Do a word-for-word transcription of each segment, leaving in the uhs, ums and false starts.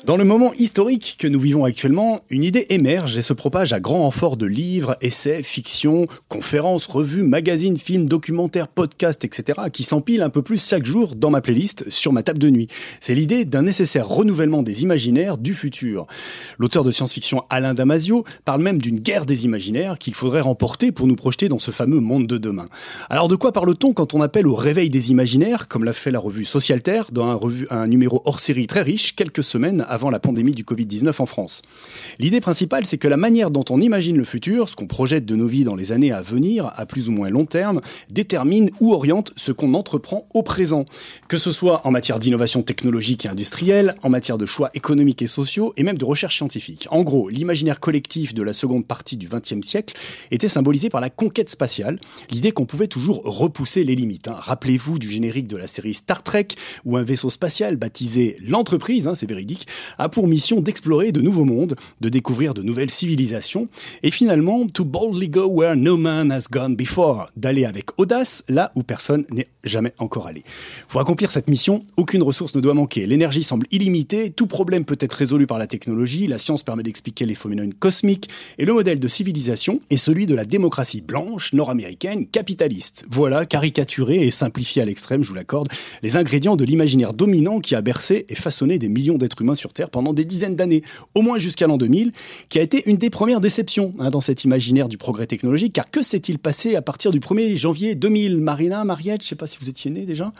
Dans le moment historique que nous vivons actuellement, une idée émerge et se propage à grand renfort de livres, essais, fictions, conférences, revues, magazines, films, documentaires, podcasts, et cetera qui s'empilent un peu plus chaque jour dans ma playlist sur ma table de nuit. C'est l'idée d'un nécessaire renouvellement des imaginaires du futur. L'auteur de science-fiction Alain Damasio parle même d'une guerre des imaginaires qu'il faudrait remporter pour nous projeter dans ce fameux monde de demain. Alors de quoi parle-t-on quand on appelle au réveil des imaginaires, comme l'a fait la revue Socialterre dans un, revue, un numéro hors-série très riche, quelques semaines avant avant la pandémie du covid dix-neuf en France. L'idée principale, c'est que la manière dont on imagine le futur, ce qu'on projette de nos vies dans les années à venir, à plus ou moins long terme, détermine ou oriente ce qu'on entreprend au présent. Que ce soit en matière d'innovation technologique et industrielle, en matière de choix économiques et sociaux, et même de recherche scientifique. En gros, l'imaginaire collectif de la seconde partie du vingtième siècle était symbolisé par la conquête spatiale, l'idée qu'on pouvait toujours repousser les limites. Hein. Rappelez-vous du générique de la série Star Trek, où un vaisseau spatial baptisé l'Entreprise, hein, c'est véridique, a pour mission d'explorer de nouveaux mondes, de découvrir de nouvelles civilisations, et finalement, to boldly go where no man has gone before, d'aller avec audace là où personne n'est jamais encore allé. Pour accomplir cette mission, aucune ressource ne doit manquer. L'énergie semble illimitée, tout problème peut être résolu par la technologie, la science permet d'expliquer les phénomènes cosmiques, et le modèle de civilisation est celui de la démocratie blanche, nord-américaine, capitaliste. Voilà, caricaturé et simplifié à l'extrême, je vous l'accorde, les ingrédients de l'imaginaire dominant qui a bercé et façonné des millions d'êtres humains sur Terre pendant des dizaines d'années, au moins jusqu'à l'an deux mille, qui a été une des premières déceptions hein, dans cet imaginaire du progrès technologique, car que s'est-il passé à partir du premier janvier deux mille? Marina, Mariette, je ne sais pas si vous étiez née déjà.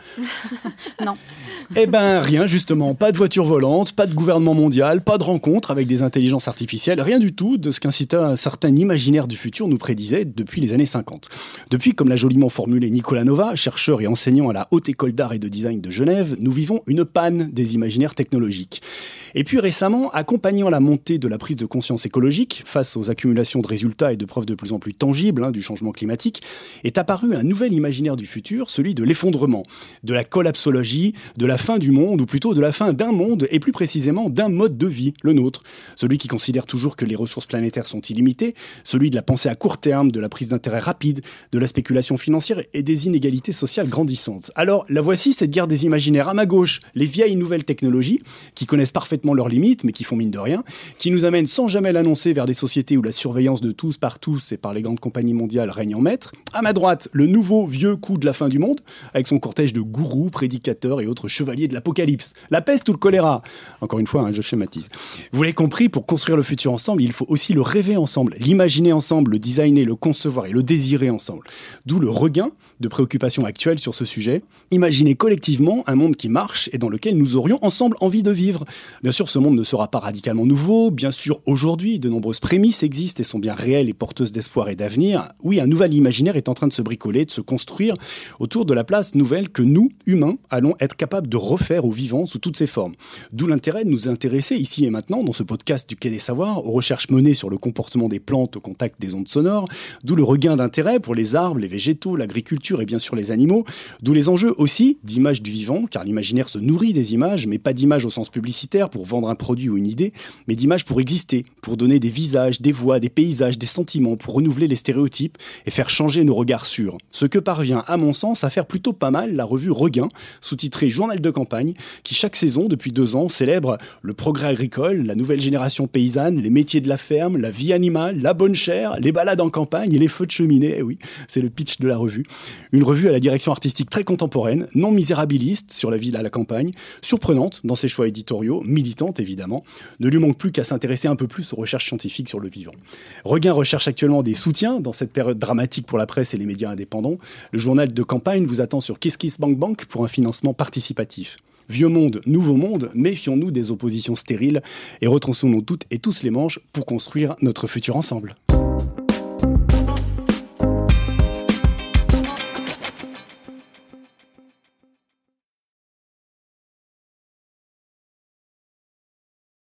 Non. Eh ben rien justement, pas de voiture volante, pas de gouvernement mondial, pas de rencontre avec des intelligences artificielles, rien du tout de ce qu'un certain imaginaire du futur nous prédisait depuis les années cinquante. Depuis, comme l'a joliment formulé Nicolas Nova, chercheur et enseignant à la Haute École d'Art et de Design de Genève, nous vivons une panne des imaginaires technologiques. Et puis récemment, accompagnant la montée de la prise de conscience écologique face aux accumulations de résultats et de preuves de plus en plus tangibles hein, du changement climatique, est apparu un nouvel imaginaire du futur, celui de l'effondrement, de la collapsologie, de la fin du monde, ou plutôt de la fin d'un monde, et plus précisément d'un mode de vie, le nôtre. Celui qui considère toujours que les ressources planétaires sont illimitées, celui de la pensée à court terme, de la prise d'intérêt rapide, de la spéculation financière et des inégalités sociales grandissantes. Alors, la voici, cette guerre des imaginaires. À ma gauche, les vieilles nouvelles technologies, qui connaissent parfaitement leurs limites, mais qui font mine de rien, qui nous amènent sans jamais l'annoncer vers des sociétés où la surveillance de tous par tous et par les grandes compagnies mondiales règne en maître. À ma droite, le nouveau vieux coup de la fin du monde, avec son cortège de gourous, prédicateurs et autres chevaliers de l'apocalypse. La peste ou le choléra. Encore une fois, hein, je schématise. Vous l'avez compris, pour construire le futur ensemble, il faut aussi le rêver ensemble, l'imaginer ensemble, le designer, le concevoir et le désirer ensemble. D'où le regain de préoccupations actuelles sur ce sujet. Imaginer collectivement un monde qui marche et dans lequel nous aurions ensemble envie de vivre. Bien sûr, ce monde ne sera pas radicalement nouveau. Bien sûr, aujourd'hui, de nombreuses prémices existent et sont bien réelles et porteuses d'espoir et d'avenir. Oui, un nouvel imaginaire est en train de se bricoler, de se construire autour de la place nouvelle que nous, humains, allons être capables de refaire au vivant sous toutes ses formes. D'où l'intérêt de nous intéresser ici et maintenant, dans ce podcast du Quai des Savoirs, aux recherches menées sur le comportement des plantes au contact des ondes sonores. D'où le regain d'intérêt pour les arbres, les végétaux, l'agriculture et bien sûr les animaux. D'où les enjeux aussi d'images du vivant, car l'imaginaire se nourrit des images, mais pas d'images au sens publicitaire pour vendre un produit ou une idée, mais d'images pour exister, pour donner des visages, des voix, des paysages, des sentiments, pour renouveler les stéréotypes et faire changer nos regards sur. Ce que parvient, à mon sens, à faire plutôt pas mal la revue Regain, sous-titrée Journal de campagne, qui chaque saison, depuis deux ans, célèbre le progrès agricole, la nouvelle génération paysanne, les métiers de la ferme, la vie animale, la bonne chère, les balades en campagne et les feux de cheminée. Eh oui, c'est le pitch de la revue. Une revue à la direction artistique très contemporaine, non misérabiliste sur la vie à la campagne, surprenante dans ses choix éditoriaux, militante évidemment. Ne lui manque plus qu'à s'intéresser un peu plus aux recherches scientifiques sur le vivant. Regain recherche actuellement des soutiens dans cette période dramatique pour la presse et les médias indépendants. Le journal de campagne vous attend sur KissKissBankBank pour un financement participatif. Vieux monde, nouveau monde, méfions-nous des oppositions stériles et retroussons-nous toutes et tous les manches pour construire notre futur ensemble.